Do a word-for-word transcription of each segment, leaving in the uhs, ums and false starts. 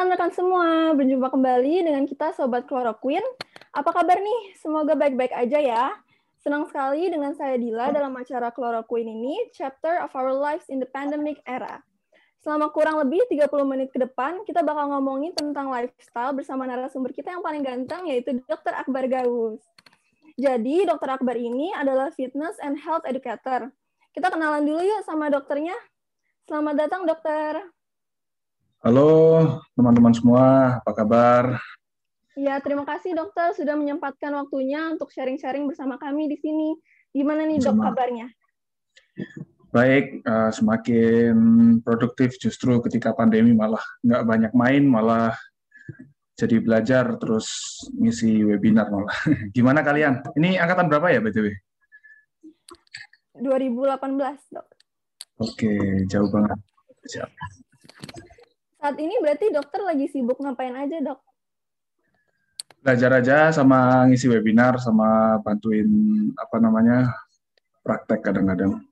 rekan-rekan semua, berjumpa kembali dengan kita Sobat Chloroquine. Apa kabar nih? Semoga baik-baik aja ya. Senang sekali dengan saya Dila dalam acara Chloroquine ini, Chapter of Our Lives in the Pandemic Era. Selama kurang lebih tiga puluh menit ke depan, kita bakal ngomongin tentang lifestyle bersama narasumber kita yang paling ganteng, yaitu dokter Akbar Gaus. Jadi, dokter Akbar ini adalah fitness and health educator. Kita kenalan dulu yuk sama dokternya. Selamat datang, dokter. Halo teman-teman semua, apa kabar? Ya, terima kasih dokter sudah menyempatkan waktunya untuk sharing-sharing bersama kami di sini. Gimana nih dok Sama. kabarnya? Baik, uh, semakin produktif justru ketika pandemi, malah nggak banyak main, malah jadi belajar terus ngisi webinar malah. Gimana kalian? Ini angkatan berapa ya B T W? dua ribu delapan belas dok. Oke, jauh banget. Siap. Saat ini berarti dokter lagi sibuk ngapain aja dok? Belajar aja sama ngisi webinar sama bantuin apa namanya praktek kadang-kadang.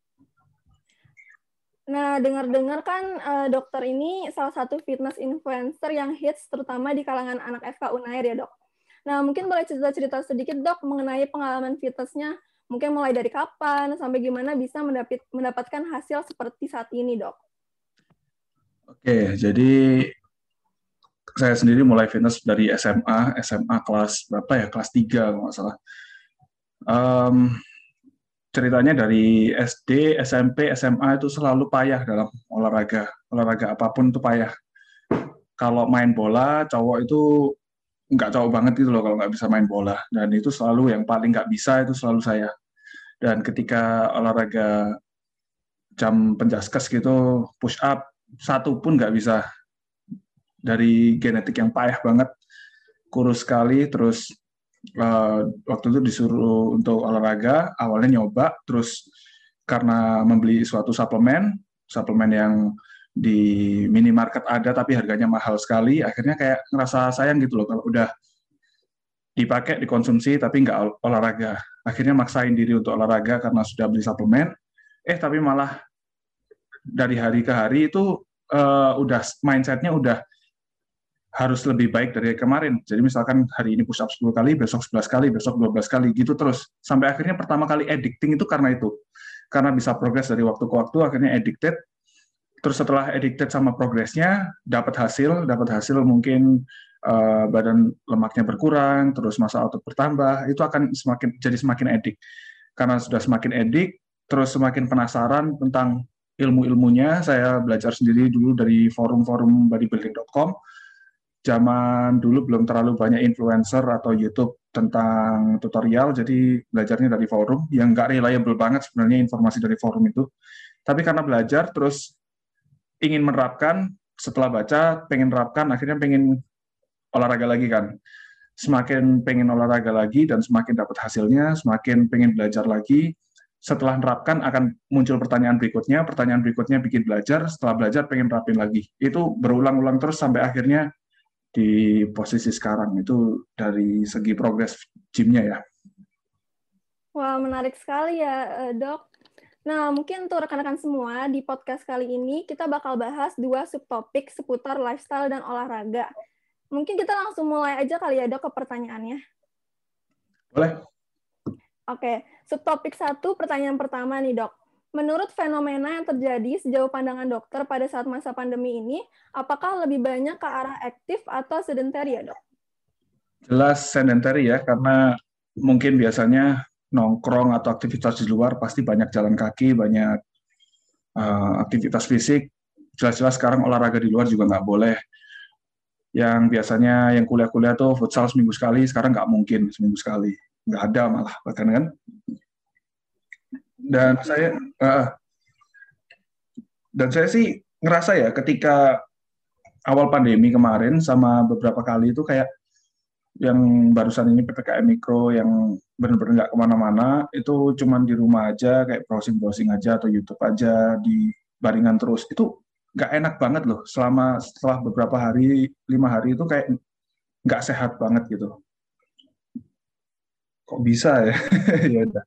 Nah, dengar-dengar kan uh, dokter ini salah satu fitness influencer yang hits terutama di kalangan anak F K Unair ya dok. Nah, mungkin boleh cerita-cerita sedikit dok mengenai pengalaman fitnessnya, mungkin mulai dari kapan sampai gimana bisa mendapat, mendapatkan hasil seperti saat ini dok. Oke, jadi saya sendiri mulai fitness dari S M A, S M A kelas berapa ya? Kelas tiga kalau nggak salah. Um, ceritanya dari S D, S M P, S M A itu selalu payah dalam olahraga. Olahraga apapun itu payah. Kalau main bola, cowok itu nggak cowok banget gitu loh kalau nggak bisa main bola. Dan itu selalu yang paling nggak bisa itu selalu saya. Dan ketika olahraga jam penjaskes gitu, push up, satu pun nggak bisa. Dari genetik yang payah banget, kurus sekali, terus uh, waktu itu disuruh untuk olahraga, awalnya nyoba, terus karena membeli suatu suplemen, suplemen yang di minimarket ada tapi harganya mahal sekali, akhirnya kayak ngerasa sayang gitu loh kalau udah dipakai, dikonsumsi tapi nggak olahraga. Akhirnya maksain diri untuk olahraga karena sudah beli suplemen, eh tapi malah dari hari ke hari itu uh, udah mindsetnya udah harus lebih baik dari kemarin. Jadi misalkan hari ini push up sepuluh kali, besok sebelas kali, besok dua belas kali, gitu terus. Sampai akhirnya pertama kali addicting itu karena itu. Karena bisa progres dari waktu ke waktu, akhirnya addicted. Terus setelah addicted sama progresnya, dapat hasil, dapat hasil mungkin uh, badan lemaknya berkurang, terus massa otot bertambah, itu akan semakin jadi semakin addict. Karena sudah semakin addict, terus semakin penasaran tentang ilmu-ilmunya, saya belajar sendiri dulu dari forum-forum bodybuilding dot com. Zaman dulu belum terlalu banyak influencer atau YouTube tentang tutorial, jadi belajarnya dari forum, yang nggak reliable banget sebenarnya informasi dari forum itu. Tapi karena belajar, terus ingin menerapkan, setelah baca, pengen menerapkan, akhirnya pengen olahraga lagi kan. Semakin pengen olahraga lagi, dan semakin dapat hasilnya, semakin pengen belajar lagi. Setelah menerapkan, akan muncul pertanyaan berikutnya, pertanyaan berikutnya bikin belajar, setelah belajar pengen terapin lagi. Itu berulang-ulang terus sampai akhirnya di posisi sekarang. Itu dari segi progres gymnya ya. Wah, menarik sekali ya, dok. Nah, mungkin untuk rekan-rekan semua, di podcast kali ini kita bakal bahas dua subtopik seputar lifestyle dan olahraga. Mungkin kita langsung mulai aja kali ya, dok, ke pertanyaannya. Boleh? Oke, subtopik satu, pertanyaan pertama nih, dok. Menurut fenomena yang terjadi sejauh pandangan dokter pada saat masa pandemi ini, apakah lebih banyak ke arah aktif atau sedentary ya, dok? Jelas sedentary ya, karena mungkin biasanya nongkrong atau aktivitas di luar pasti banyak jalan kaki, banyak uh, aktivitas fisik. Jelas-jelas sekarang olahraga di luar juga nggak boleh. Yang biasanya yang kuliah-kuliah tuh futsal seminggu sekali, sekarang nggak mungkin seminggu sekali. Nggak ada malah, bahkan kan. Dan saya uh, dan saya sih ngerasa ya ketika awal pandemi kemarin sama beberapa kali itu kayak yang barusan ini P P K M Mikro yang benar-benar nggak kemana-mana, itu cuman di rumah aja kayak browsing-browsing aja atau YouTube aja di baringan terus, itu nggak enak banget loh. Selama setelah beberapa hari, lima hari itu kayak nggak sehat banget gitu. Kok bisa ya? Ya udah.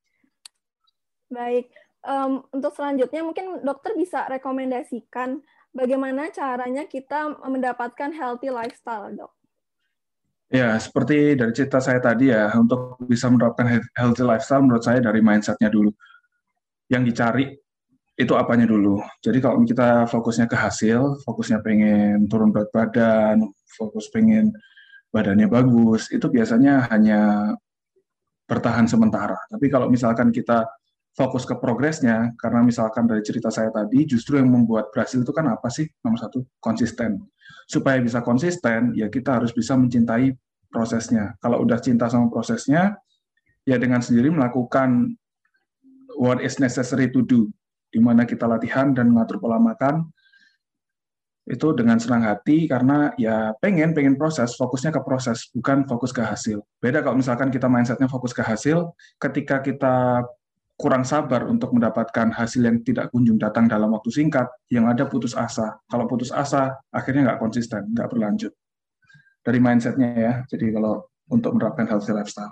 Baik, um, untuk selanjutnya mungkin dokter bisa rekomendasikan bagaimana caranya kita mendapatkan healthy lifestyle, Dok? Ya, seperti dari cerita saya tadi ya, untuk bisa menerapkan healthy lifestyle menurut saya dari mindset-nya dulu. Yang dicari itu apanya dulu. Jadi kalau kita fokusnya ke hasil, fokusnya pengen turun berat badan, fokus pengen badannya bagus, itu biasanya hanya bertahan sementara. Tapi kalau misalkan kita fokus ke progresnya, karena misalkan dari cerita saya tadi, justru yang membuat berhasil itu kan apa sih? Nomor satu, konsisten. Supaya bisa konsisten, ya kita harus bisa mencintai prosesnya. Kalau udah cinta sama prosesnya, ya dengan sendiri melakukan what is necessary to do, di mana kita latihan dan mengatur pola makan, itu dengan senang hati karena ya pengen pengen proses, fokusnya ke proses, bukan fokus ke hasil. Beda kalau misalkan kita mindsetnya fokus ke hasil, ketika kita kurang sabar untuk mendapatkan hasil yang tidak kunjung datang dalam waktu singkat, yang ada putus asa. Kalau putus asa, akhirnya nggak konsisten, nggak berlanjut. Dari mindsetnya ya, jadi kalau untuk menerapkan healthy lifestyle.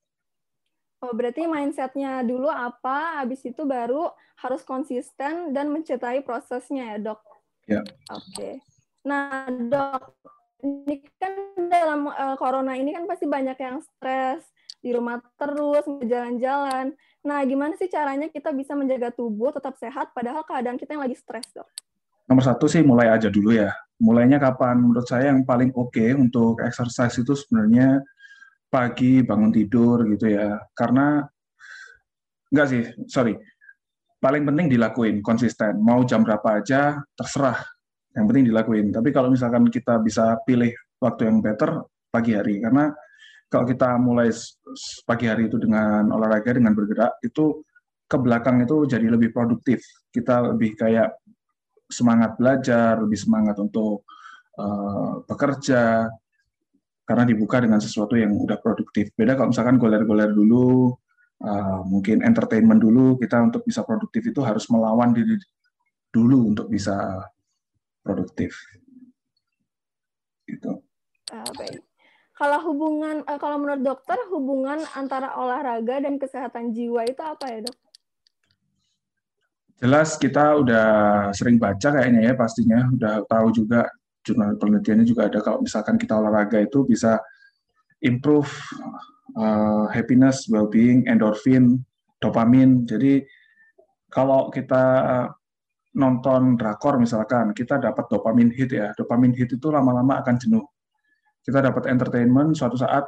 Oh, berarti mindset-nya dulu apa, habis itu baru harus konsisten dan mencintai prosesnya ya, Dok? Ya. Oke. Okay. Nah, Dok, ini kan dalam uh, corona ini kan pasti banyak yang stres, di rumah terus, jalan-jalan. Nah, gimana sih caranya kita bisa menjaga tubuh tetap sehat padahal keadaan kita yang lagi stres, Dok? Nomor satu sih mulai aja dulu ya. Mulainya kapan? Menurut saya yang paling oke okay untuk exercise itu sebenarnya pagi bangun tidur gitu ya. Karena enggak sih, sorry. Paling penting dilakuin konsisten. Mau jam berapa aja terserah. Yang penting dilakuin. Tapi kalau misalkan kita bisa pilih waktu yang better pagi hari, karena kalau kita mulai pagi hari itu dengan olahraga, dengan bergerak, itu ke belakang itu jadi lebih produktif. Kita lebih kayak semangat belajar, lebih semangat untuk uh, bekerja, karena dibuka dengan sesuatu yang udah produktif. Beda kalau misalkan goler-goler dulu, uh, mungkin entertainment dulu, kita untuk bisa produktif itu harus melawan diri dulu untuk bisa produktif. Gitu. Uh, baik. Kalau hubungan, uh, kalau menurut dokter, hubungan antara olahraga dan kesehatan jiwa itu apa ya, Dok? Jelas kita udah sering baca kayaknya ya pastinya, udah tahu juga jurnal penelitiannya juga ada kalau misalkan kita olahraga itu bisa improve uh, happiness, well-being, endorfin, dopamin. Jadi kalau kita nonton drakor misalkan, kita dapat dopamin hit ya. Dopamin hit itu lama-lama akan jenuh. Kita dapat entertainment, suatu saat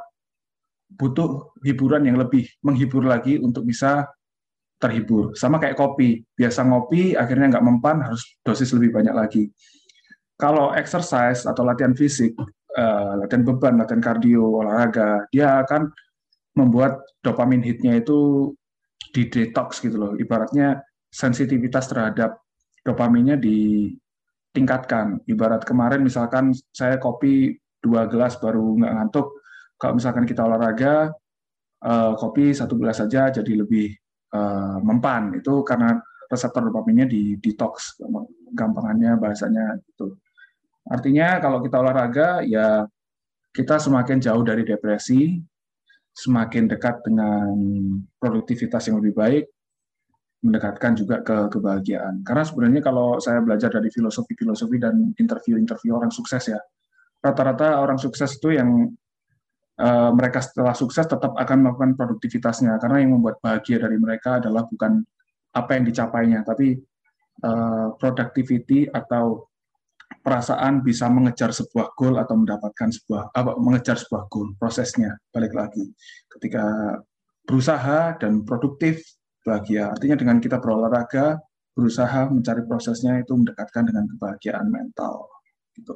butuh hiburan yang lebih menghibur lagi untuk bisa terhibur. Sama kayak kopi. Biasa ngopi, akhirnya nggak mempan, harus dosis lebih banyak lagi. Kalau exercise atau latihan fisik, uh, latihan beban, latihan kardio, olahraga, dia akan membuat dopamin hitnya itu di detox gitu loh. Ibaratnya sensitivitas terhadap dopaminnya ditingkatkan. Ibarat kemarin misalkan saya kopi dua gelas baru nggak ngantuk. Kalau misalkan kita olahraga, uh, kopi satu gelas saja jadi lebih uh, mempan. Itu karena reseptor dopaminnya di detox, gampangannya bahasanya gitu. Artinya kalau kita olahraga, ya kita semakin jauh dari depresi, semakin dekat dengan produktivitas yang lebih baik, mendekatkan juga ke kebahagiaan. Karena sebenarnya kalau saya belajar dari filosofi-filosofi dan interview-interview orang sukses ya, rata-rata orang sukses itu yang uh, mereka setelah sukses tetap akan melakukan produktivitasnya, karena yang membuat bahagia dari mereka adalah bukan apa yang dicapainya, tapi uh, productivity atau perasaan bisa mengejar sebuah goal atau mendapatkan sebuah apa mengejar sebuah goal, prosesnya balik lagi ketika berusaha dan produktif bahagia. Artinya dengan kita berolahraga, berusaha mencari prosesnya itu mendekatkan dengan kebahagiaan mental gitu.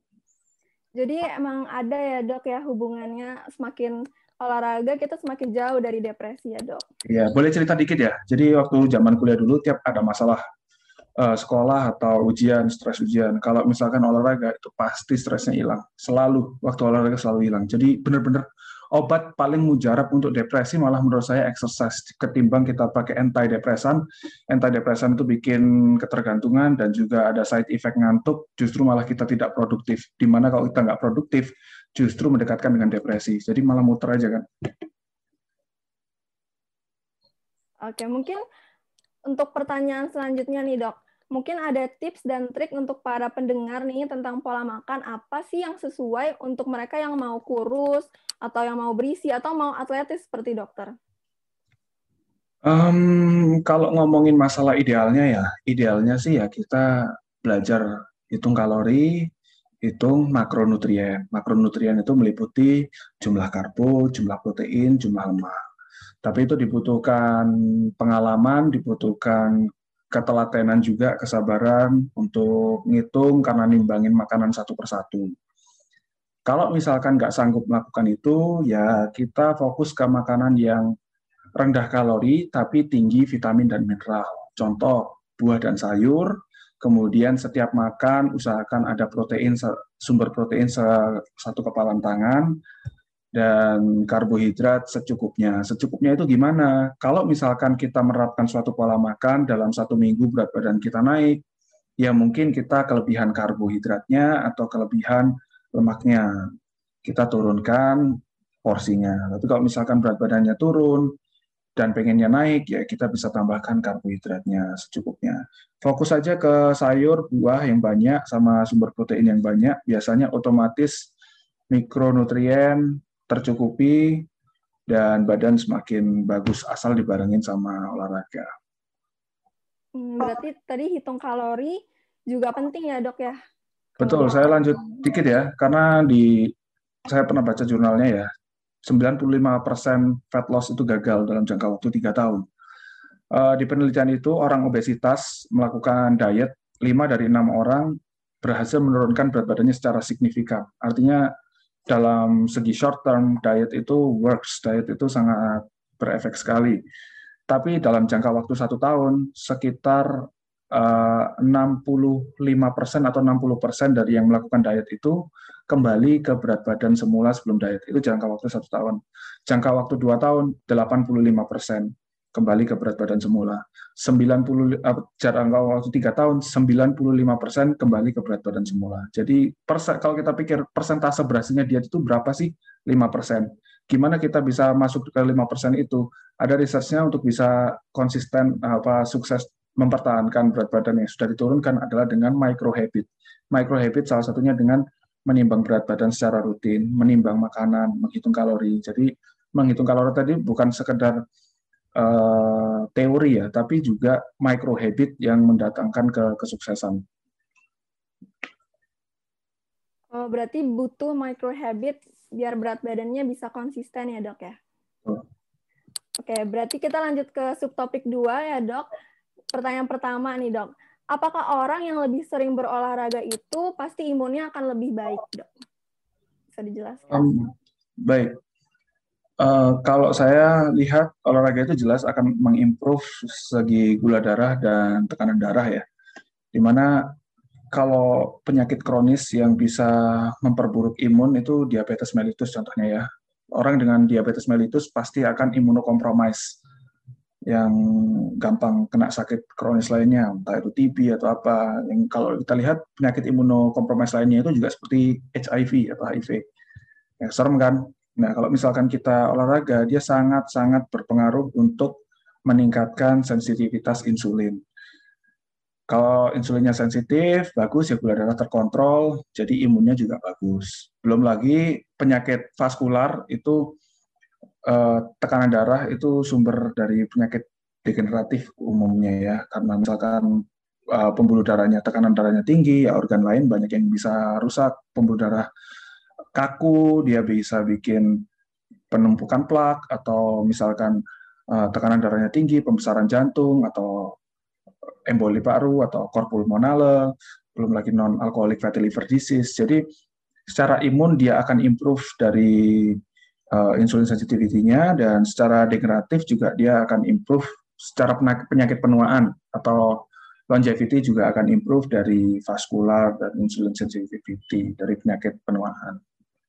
Jadi emang ada ya, Dok, ya hubungannya, semakin olahraga kita semakin jauh dari depresi ya, Dok. Iya, boleh cerita dikit ya. Jadi waktu zaman kuliah dulu tiap ada masalah Uh, sekolah atau ujian, stres ujian. Kalau misalkan olahraga itu pasti stresnya hilang. Selalu waktu olahraga selalu hilang. Jadi benar-benar obat paling mujarab untuk depresi malah menurut saya exercise ketimbang kita pakai antidepresan. Antidepresan itu bikin ketergantungan dan juga ada side effect ngantuk. Justru malah kita tidak produktif. Dimana kalau kita nggak produktif, justru mendekatkan dengan depresi. Jadi malah muter aja kan. Oke, mungkin untuk pertanyaan selanjutnya nih, Dok. mungkin ada tips dan trik untuk para pendengar nih tentang pola makan apa sih yang sesuai untuk mereka yang mau kurus, atau yang mau berisi, atau mau atletis seperti dokter? Um, kalau ngomongin masalah idealnya ya, idealnya sih ya kita belajar hitung kalori, hitung makronutrien. Makronutrien itu meliputi jumlah karbo, jumlah protein, jumlah lemak. Tapi itu dibutuhkan pengalaman, dibutuhkan ketelatenan juga, kesabaran untuk ngitung karena nimbangin makanan satu persatu. Kalau misalkan nggak sanggup melakukan itu, ya kita fokus ke makanan yang rendah kalori tapi tinggi vitamin dan mineral. Contoh, buah dan sayur, kemudian setiap makan usahakan ada protein, sumber protein satu kepalan tangan, dan karbohidrat secukupnya. Secukupnya itu gimana? Kalau misalkan kita menerapkan suatu pola makan dalam satu minggu berat badan kita naik, ya mungkin kita kelebihan karbohidratnya atau kelebihan lemaknya. Kita turunkan porsinya. Tapi kalau misalkan berat badannya turun, dan pengennya naik, ya kita bisa tambahkan karbohidratnya secukupnya. Fokus saja ke sayur, buah yang banyak, sama sumber protein yang banyak, biasanya otomatis mikronutrien tercukupi, dan badan semakin bagus, asal dibarengin sama olahraga. Hmm, berarti tadi hitung kalori juga penting ya dok ya? Betul, saya lanjut dikit ya, karena di saya pernah baca jurnalnya ya, sembilan puluh lima persen fat loss itu gagal dalam jangka waktu tiga tahun. Uh, di penelitian itu, orang obesitas melakukan diet, lima dari enam orang berhasil menurunkan berat badannya secara signifikan. Artinya, dalam segi short term, diet itu works, diet itu sangat berefek sekali. Tapi dalam jangka waktu satu tahun, sekitar uh, enam puluh lima persen atau enam puluh persen dari yang melakukan diet itu kembali ke berat badan semula sebelum diet. Itu jangka waktu satu tahun. Jangka waktu dua tahun, delapan puluh lima persen kembali ke berat badan semula. sembilan puluh uh, jangka waktu tiga tahun, sembilan puluh lima persen kembali ke berat badan semula. Jadi persen, kalau kita pikir persentase berhasilnya diet itu berapa sih? lima persen. Gimana kita bisa masuk ke lima persen itu? Ada research-nya untuk bisa konsisten apa sukses mempertahankan berat badan yang sudah diturunkan adalah dengan micro habit. Micro habit salah satunya dengan menimbang berat badan secara rutin, menimbang makanan, menghitung kalori. Jadi menghitung kalori tadi bukan sekedar uh, teori ya, tapi juga micro habit yang mendatangkan ke kesuksesan. Oh, berarti butuh micro habit biar berat badannya bisa konsisten ya dok ya? Oh. Oke, berarti kita lanjut ke subtopik dua ya dok. Pertanyaan pertama nih dok, apakah orang yang lebih sering berolahraga itu pasti imunnya akan lebih baik dok? Bisa dijelaskan? Um, baik, uh, kalau saya lihat olahraga itu jelas akan mengimprove segi gula darah dan tekanan darah ya. Dimana kalau penyakit kronis yang bisa memperburuk imun itu diabetes mellitus contohnya ya. Orang dengan diabetes mellitus pasti akan imunokompromis, yang gampang kena sakit kronis lainnya, entah itu T B atau apa. Yang kalau kita lihat penyakit imunokompromis lainnya itu juga seperti H I V atau H I V. Ya, serem kan? Nah, kalau misalkan kita olahraga, dia sangat-sangat berpengaruh untuk meningkatkan sensitivitas insulin. Kalau insulinnya sensitif, bagus ya gula darah terkontrol, jadi imunnya juga bagus. Belum lagi penyakit vaskular itu eh, tekanan darah itu sumber dari penyakit degeneratif umumnya ya, karena misalkan eh, pembuluh darahnya, tekanan darahnya tinggi, ya organ lain banyak yang bisa rusak, pembuluh darah kaku, dia bisa bikin penumpukan plak, atau misalkan eh, tekanan darahnya tinggi, pembesaran jantung, atau emboli paru atau cor pulmonale, belum lagi non-alcoholic fatty liver disease. Jadi secara imun dia akan improve dari uh, insulin sensitivity-nya, dan secara degeneratif juga dia akan improve secara penyakit penuaan atau longevity juga akan improve dari vaskular dan insulin sensitivity dari penyakit penuaan.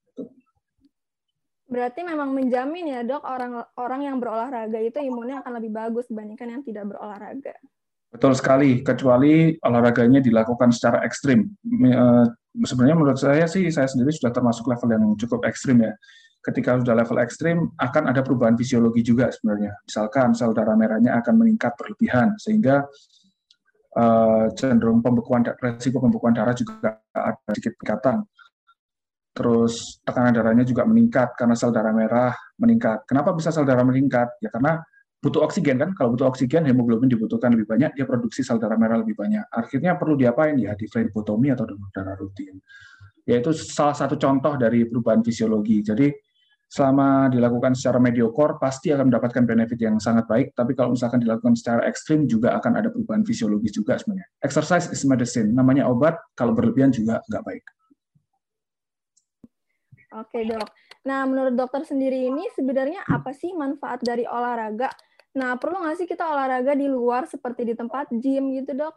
Berarti memang menjamin ya dok, orang-orang yang berolahraga itu imunnya akan lebih bagus dibandingkan yang tidak berolahraga. Betul sekali, kecuali olahraganya dilakukan secara ekstrim. Sebenarnya menurut saya sih, saya sendiri sudah termasuk level yang cukup ekstrim ya. Ketika sudah level ekstrim, akan ada perubahan fisiologi juga sebenarnya. Misalkan sel darah merahnya akan meningkat berlebihan, sehingga uh, cenderung pembekuan resiko pembekuan darah juga ada sedikit peningkatan. Terus tekanan darahnya juga meningkat karena sel darah merah meningkat. Kenapa bisa sel darah meningkat? Ya karena butuh oksigen kan. Kalau butuh oksigen, hemoglobin dibutuhkan lebih banyak, dia produksi sel darah merah lebih banyak. Akhirnya perlu diapain ya? Di flebotomi atau donor darah rutin. Yaitu salah satu contoh dari perubahan fisiologi. Jadi selama dilakukan secara mediocre pasti akan mendapatkan benefit yang sangat baik, tapi kalau misalkan dilakukan secara ekstrim juga akan ada perubahan fisiologis juga sebenarnya. Exercise is medicine, namanya obat, kalau berlebihan juga nggak baik. Oke dok, nah menurut dokter sendiri ini sebenarnya apa sih manfaat dari olahraga? Nah perlu nggak sih kita olahraga di luar seperti di tempat gym gitu dok?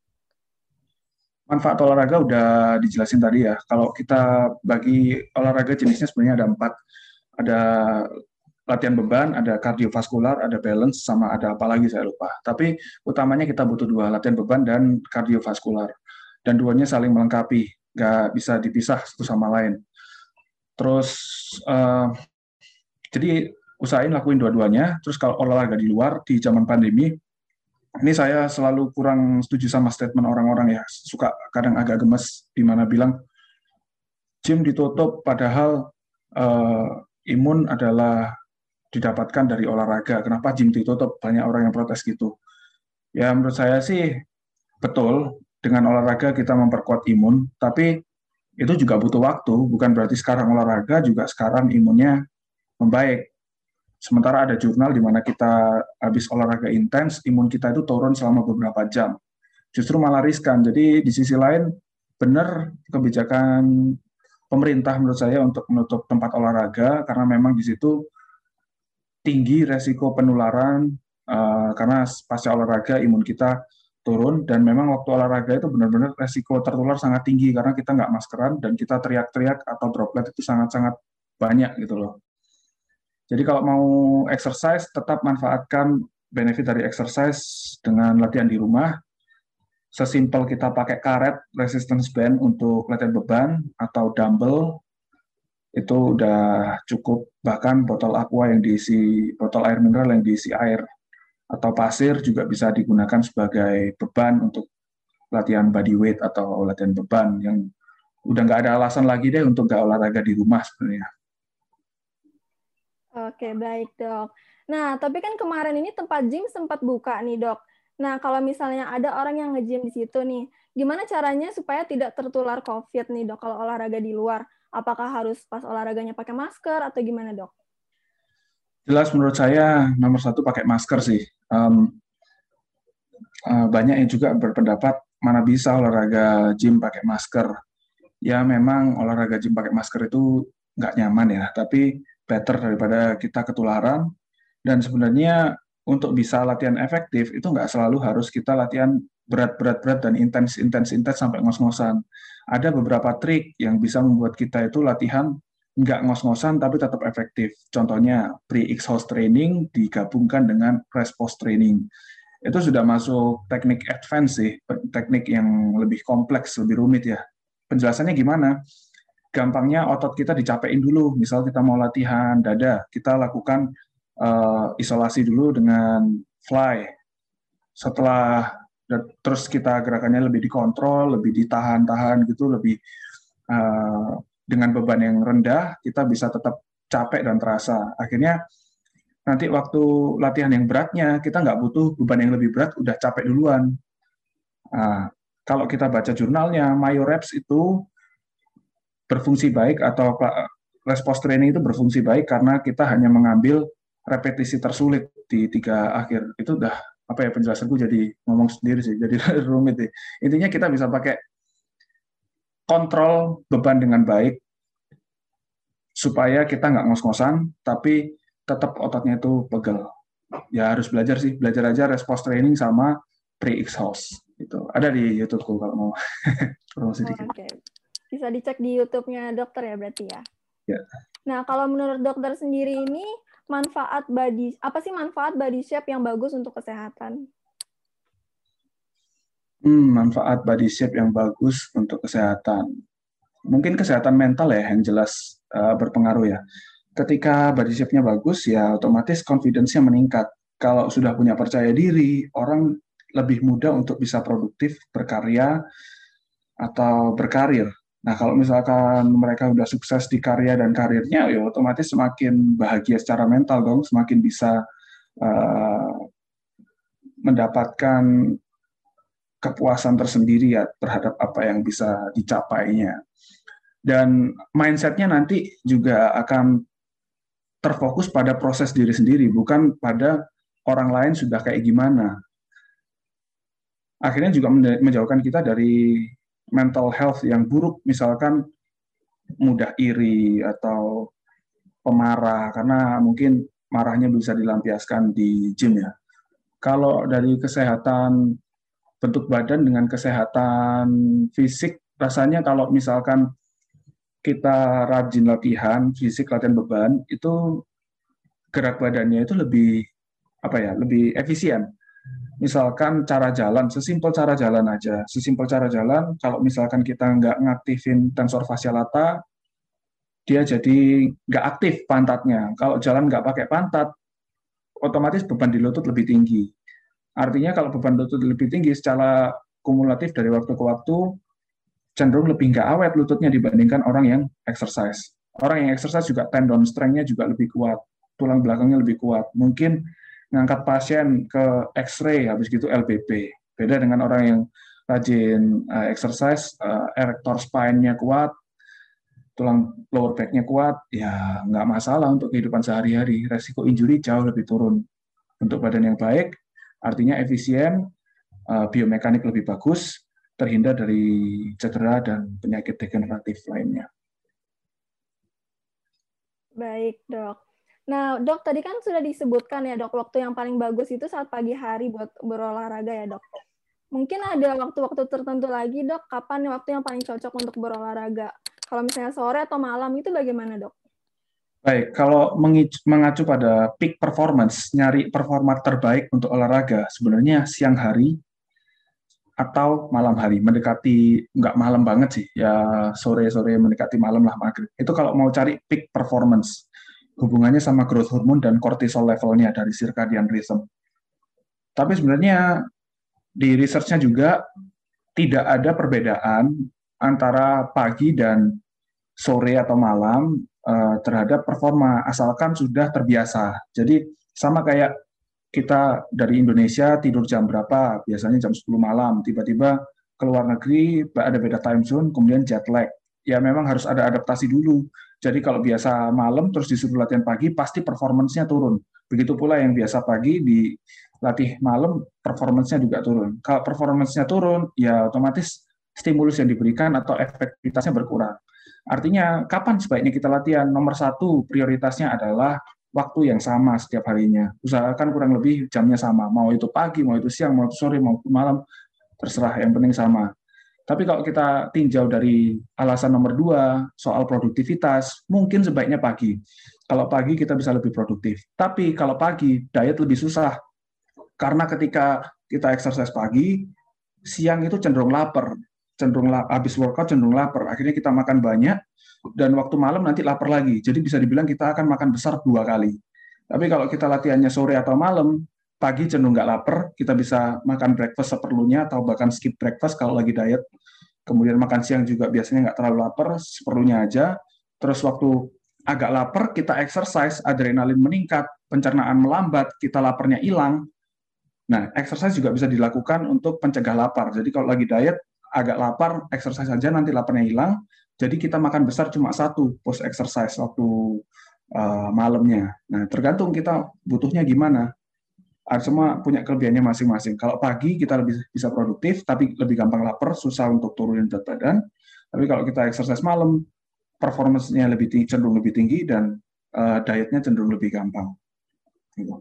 Manfaat olahraga udah dijelasin tadi ya. Kalau kita bagi olahraga jenisnya sebenarnya ada empat. Ada latihan beban, ada kardiovaskular, ada balance, sama ada apa lagi saya lupa. Tapi utamanya kita butuh dua, latihan beban dan kardiovaskular. Dan duanya saling melengkapi, nggak bisa dipisah satu sama lain. Terus, uh, jadi usahain lakuin dua-duanya. Terus kalau olahraga di luar, di zaman pandemi, ini saya selalu kurang setuju sama statement orang-orang ya, suka kadang agak gemes, di mana bilang, gym ditutup, padahal uh, imun adalah didapatkan dari olahraga. Kenapa gym ditutup? Banyak orang yang protes gitu. Ya menurut saya sih betul, dengan olahraga kita memperkuat imun, tapi itu juga butuh waktu, bukan berarti sekarang olahraga juga sekarang imunnya membaik. Sementara ada jurnal di mana kita habis olahraga intens, imun kita itu turun selama beberapa jam. Justru malah riskan. Jadi di sisi lain, benar kebijakan pemerintah menurut saya untuk menutup tempat olahraga, karena memang di situ tinggi resiko penularan, uh, karena pasca olahraga imun kita turun, dan memang waktu olahraga itu benar-benar resiko tertular sangat tinggi, karena kita nggak maskeran, dan kita teriak-teriak atau droplet itu sangat-sangat banyak gitu loh. Jadi kalau mau exercise, tetap manfaatkan benefit dari exercise dengan latihan di rumah. Sesimpel kita pakai karet resistance band untuk latihan beban atau dumbbell, itu udah cukup. Bahkan botol aqua yang diisi, botol air mineral yang diisi air atau pasir juga bisa digunakan sebagai beban untuk latihan body weight atau latihan beban, yang udah nggak ada alasan lagi deh untuk nggak olahraga di rumah sebenarnya. Oke, baik dok. Nah, tapi kan kemarin ini tempat gym sempat buka nih dok. Nah, kalau misalnya ada orang yang nge-gym di situ nih, gimana caranya supaya tidak tertular COVID nih dok kalau olahraga di luar? Apakah harus pas olahraganya pakai masker atau gimana dok? Jelas menurut saya nomor satu pakai masker sih. Um, uh, banyak yang juga berpendapat mana bisa olahraga gym pakai masker. Ya memang olahraga gym pakai masker itu nggak nyaman ya, tapi better daripada kita ketularan. Dan sebenarnya untuk bisa latihan efektif itu nggak selalu harus kita latihan berat-berat-berat dan intens-intens-intens sampai ngos-ngosan. Ada beberapa trik yang bisa membuat kita itu latihan nggak ngos-ngosan tapi tetap efektif. Contohnya pre-exhaust training digabungkan dengan rest post training. Itu sudah masuk teknik advance sih, teknik yang lebih kompleks, lebih rumit ya. Penjelasannya gimana? Gampangnya otot kita dicapein dulu. Misal kita mau latihan dada, kita lakukan uh, isolasi dulu dengan fly. Setelah terus kita gerakannya lebih dikontrol, lebih ditahan-tahan gitu, lebih uh, dengan beban yang rendah, kita bisa tetap capek dan terasa. Akhirnya nanti waktu latihan yang beratnya, kita nggak butuh beban yang lebih berat, udah capek duluan. Nah, kalau kita baca jurnalnya, Myoreps itu berfungsi baik, atau rest post training itu berfungsi baik karena kita hanya mengambil repetisi tersulit di tiga akhir. Itu udah apa ya, penjelasanku jadi ngomong sendiri sih, jadi rumit sih. Intinya kita bisa pakai kontrol beban dengan baik supaya kita nggak ngos-ngosan, tapi tetap ototnya itu pegel. Ya harus belajar sih, belajar aja rest post training sama pre-exhaust. Itu ada di YouTube-ku kalau mau promosi dikit. Oke, bisa dicek di YouTube-nya dokter ya berarti ya. Ya. Nah, kalau menurut dokter sendiri ini manfaat body, apa sih manfaat body shape yang bagus untuk kesehatan? Hmm, manfaat body shape yang bagus untuk kesehatan. Mungkin kesehatan mental ya yang jelas uh, berpengaruh ya. Ketika body shape-nya bagus ya otomatis confidence-nya meningkat. Kalau sudah punya percaya diri, orang lebih mudah untuk bisa produktif, berkarya, atau berkarir. Nah, kalau misalkan mereka udah sukses di karya dan karirnya, ya otomatis semakin bahagia secara mental dong, semakin bisa uh, mendapatkan kepuasan tersendiri ya terhadap apa yang bisa dicapainya. Dan mindset-nya nanti juga akan terfokus pada proses diri sendiri, bukan pada orang lain sudah kayak gimana. Akhirnya juga menjauhkan kita dari mental health yang buruk, misalkan mudah iri atau pemarah, karena mungkin marahnya bisa dilampiaskan di gym ya. Kalau dari kesehatan bentuk badan dengan kesehatan fisik, rasanya kalau misalkan kita rajin latihan fisik, latihan beban, itu gerak badannya itu lebih apa ya, lebih efisien. Misalkan cara jalan, sesimpel cara jalan aja, sesimpel cara jalan, kalau misalkan kita nggak ngaktifin tensor fascia lata, dia jadi nggak aktif pantatnya. Kalau jalan nggak pakai pantat, otomatis beban di lutut lebih tinggi. Artinya kalau beban lutut lebih tinggi secara kumulatif dari waktu ke waktu, cenderung lebih nggak awet lututnya dibandingkan orang yang exercise. Orang yang exercise juga tendon strength-nya juga lebih kuat, tulang belakangnya lebih kuat. Mungkin ngangkat pasien ke X-ray, habis gitu L B P. Beda dengan orang yang rajin uh, exercise, uh, erector spine-nya kuat, tulang lower back-nya kuat, ya nggak masalah untuk kehidupan sehari-hari. Resiko injury jauh lebih turun. Untuk badan yang baik, artinya efisien, uh, biomekanik lebih bagus, terhindar dari cedera dan penyakit degeneratif lainnya. Baik, Dok. Nah, Dok, tadi kan sudah disebutkan ya, Dok, waktu yang paling bagus itu saat pagi hari buat berolahraga ya, Dok. Mungkin ada waktu-waktu tertentu lagi, Dok, kapan waktu yang paling cocok untuk berolahraga? Kalau misalnya sore atau malam itu bagaimana, Dok? Baik, kalau mengacu pada peak performance, nyari performa terbaik untuk olahraga, sebenarnya siang hari atau malam hari, mendekati, nggak malam banget sih, ya sore-sore mendekati malam lah maghrib. Itu kalau mau cari peak performance, hubungannya sama growth hormone dan cortisol levelnya dari circadian rhythm. Tapi sebenarnya di research-nya juga tidak ada perbedaan antara pagi dan sore atau malam uh, terhadap performa, asalkan sudah terbiasa. Jadi sama kayak kita dari Indonesia tidur jam berapa, biasanya jam sepuluh malam, tiba-tiba ke luar negeri ada beda time zone, kemudian jet lag. Ya memang harus ada adaptasi dulu. Jadi kalau biasa malam terus disuruh latihan pagi, pasti performance-nya turun. Begitu pula yang biasa pagi dilatih malam, performance-nya juga turun. Kalau performance-nya turun, ya otomatis stimulus yang diberikan atau efektivitasnya berkurang. Artinya, kapan sebaiknya kita latihan? Nomor satu, prioritasnya adalah waktu yang sama setiap harinya. Usahakan kurang lebih jamnya sama. Mau itu pagi, mau itu siang, mau itu sore, mau itu malam, terserah. Yang penting sama. Tapi kalau kita tinjau dari alasan nomor dua, soal produktivitas, mungkin sebaiknya pagi. Kalau pagi kita bisa lebih produktif. Tapi kalau pagi, diet lebih susah. Karena ketika kita exercise pagi, siang itu cenderung lapar. Cenderung habis workout cenderung lapar. Akhirnya kita makan banyak, dan waktu malam nanti lapar lagi. Jadi bisa dibilang kita akan makan besar dua kali. Tapi kalau kita latihannya sore atau malam, pagi cenderung nggak lapar, kita bisa makan breakfast seperlunya atau bahkan skip breakfast kalau lagi diet. Kemudian makan siang juga biasanya nggak terlalu lapar, seperlunya aja. Terus waktu agak lapar, kita exercise, adrenalin meningkat, pencernaan melambat, kita laparnya hilang. Nah, exercise juga bisa dilakukan untuk pencegah lapar. Jadi kalau lagi diet, agak lapar, exercise saja, nanti laparnya hilang. Jadi kita makan besar cuma satu post exercise waktu uh, malamnya. Nah, tergantung kita butuhnya gimana. Ada semua punya kelebihannya masing-masing. Kalau pagi kita lebih bisa produktif, tapi lebih gampang lapar, susah untuk turunin berat badan. Tapi kalau kita exercise malam, performance-nya lebih tinggi, cenderung lebih tinggi, dan uh, dietnya cenderung lebih gampang. Gitu.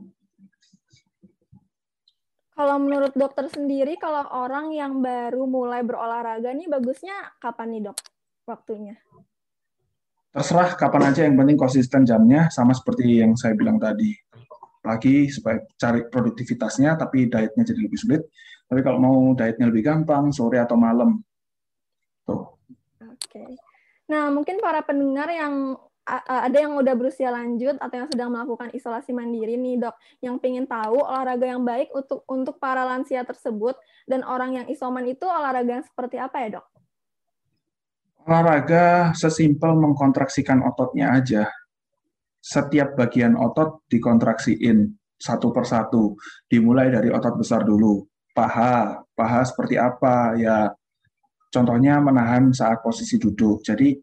Kalau menurut dokter sendiri, kalau orang yang baru mulai berolahraga nih bagusnya kapan nih, Dok, waktunya? Terserah kapan aja, yang penting konsisten jamnya, sama seperti yang saya bilang tadi. Pagi supaya cari produktivitasnya, tapi dietnya jadi lebih sulit. Tapi kalau mau dietnya lebih gampang, sore atau malam. Tuh. Oke. Nah, mungkin para pendengar yang ada yang udah berusia lanjut atau yang sedang melakukan isolasi mandiri nih dok, yang pengen tahu olahraga yang baik untuk untuk para lansia tersebut dan orang yang isoman itu olahraga yang seperti apa ya dok? Olahraga sesimpel mengkontraksikan ototnya aja. Setiap bagian otot dikontraksiin satu persatu. Dimulai dari otot besar dulu. Paha, paha seperti apa? Ya, contohnya menahan saat posisi duduk. Jadi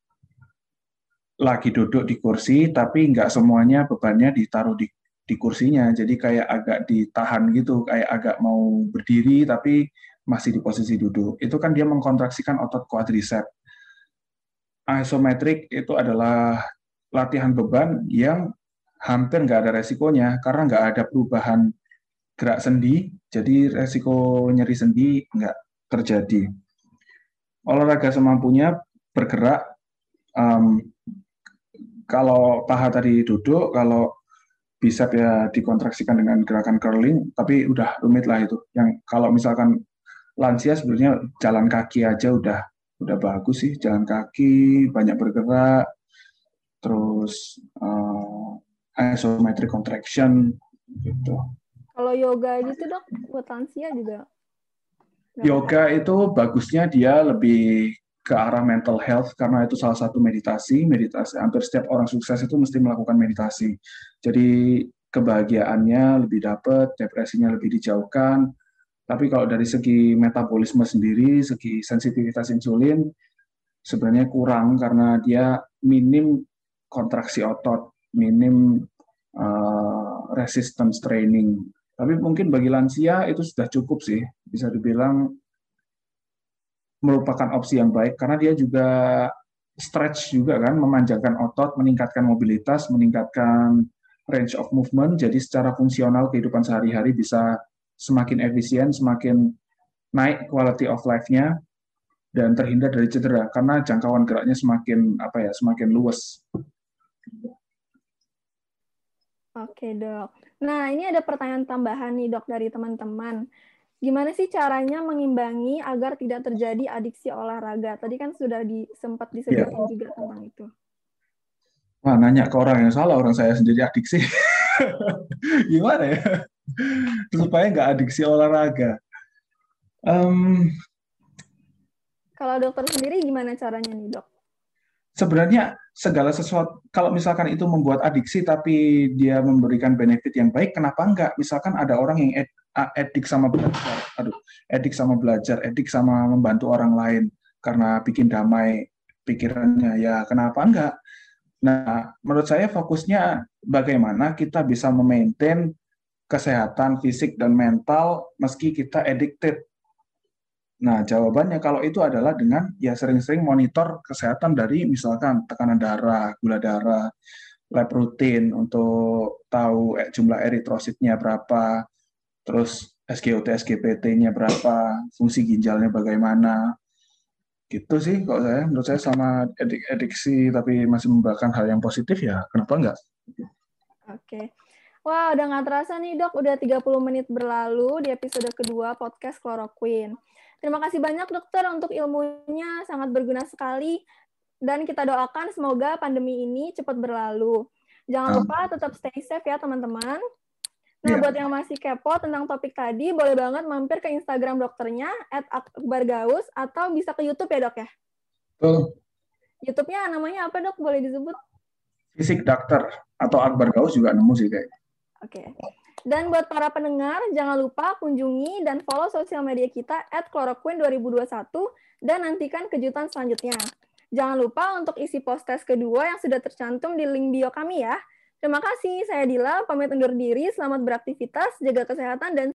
lagi duduk di kursi, tapi nggak semuanya bebannya ditaruh di, di kursinya. Jadi kayak agak ditahan gitu, kayak agak mau berdiri, tapi masih di posisi duduk. Itu kan dia mengkontraksikan otot quadricep. Isometric itu adalah latihan beban yang hampir nggak ada resikonya, karena nggak ada perubahan gerak sendi, jadi resiko nyeri sendi nggak terjadi. Olahraga semampunya bergerak, um, kalau paha tadi duduk, kalau bicep ya dikontraksikan dengan gerakan curling, tapi udah rumit lah itu. Yang kalau misalkan lansia sebenarnya jalan kaki aja udah udah bagus sih, jalan kaki banyak bergerak, terus uh, isometric contraction gitu. Kalau yoga gitu dok, buat lansia juga? Yoga itu bagusnya dia lebih ke arah mental health karena itu salah satu meditasi. Meditasi hampir setiap orang sukses itu mesti melakukan meditasi. Jadi kebahagiaannya lebih dapat, depresinya lebih dijauhkan. Tapi kalau dari segi metabolisme sendiri, segi sensitivitas insulin sebenarnya kurang karena dia minim kontraksi otot, minim uh, resistance training. Tapi mungkin bagi lansia itu sudah cukup sih, bisa dibilang merupakan opsi yang baik karena dia juga stretch juga kan, memanjangkan otot, meningkatkan mobilitas, meningkatkan range of movement, jadi secara fungsional kehidupan sehari-hari bisa semakin efisien, semakin naik quality of life-nya, dan terhindar dari cedera karena jangkauan geraknya semakin apa ya, semakin luas. Oke dok. Nah ini ada pertanyaan tambahan nih dok dari teman-teman. Gimana sih caranya mengimbangi agar tidak terjadi adiksi olahraga? Tadi kan sudah di, sempat disebutkan yeah. juga tentang itu. Wah, nanya ke orang yang salah, orang saya sendiri adiksi. Gimana ya? Supaya nggak adiksi olahraga. Um, Kalau dokter sendiri gimana caranya nih dok? Sebenarnya segala sesuatu, kalau misalkan itu membuat adiksi tapi dia memberikan benefit yang baik, kenapa enggak? Misalkan ada orang yang ed, edik sama belajar, aduh, edik sama belajar, edik sama membantu orang lain karena bikin damai pikirannya, ya kenapa enggak? Nah, menurut saya fokusnya bagaimana kita bisa memaintain kesehatan fisik dan mental meski kita addicted. Nah, jawabannya kalau itu adalah dengan ya sering-sering monitor kesehatan dari misalkan tekanan darah, gula darah, lab rutin untuk tahu jumlah eritrositnya berapa, terus S G O T, S G P T-nya berapa, fungsi ginjalnya bagaimana. Gitu sih kalau saya, menurut saya sama edik ediksi tapi masih membawakan hal yang positif ya, kenapa enggak? Oke. Wah, udah nggak terasa nih dok, udah tiga puluh menit berlalu di episode kedua podcast Chloroquine. Terima kasih banyak dokter untuk ilmunya, sangat berguna sekali. Dan kita doakan semoga pandemi ini cepat berlalu. Jangan lupa tetap stay safe ya teman-teman. Nah, yeah. buat yang masih kepo tentang topik tadi, boleh banget mampir ke Instagram dokternya at akbar gaus atau bisa ke YouTube ya dok ya? Betul. YouTube-nya namanya apa dok? Boleh disebut? Fisik Dokter atau Akbar Gaus juga nemu sih kayak. Oke. Dan buat para pendengar, jangan lupa kunjungi dan follow sosial media kita at chloroquine dua ribu dua puluh satu dan nantikan kejutan selanjutnya. Jangan lupa untuk isi post-test kedua yang sudah tercantum di link bio kami ya. Terima kasih, saya Dila, pamit undur diri, selamat beraktivitas, jaga kesehatan, dan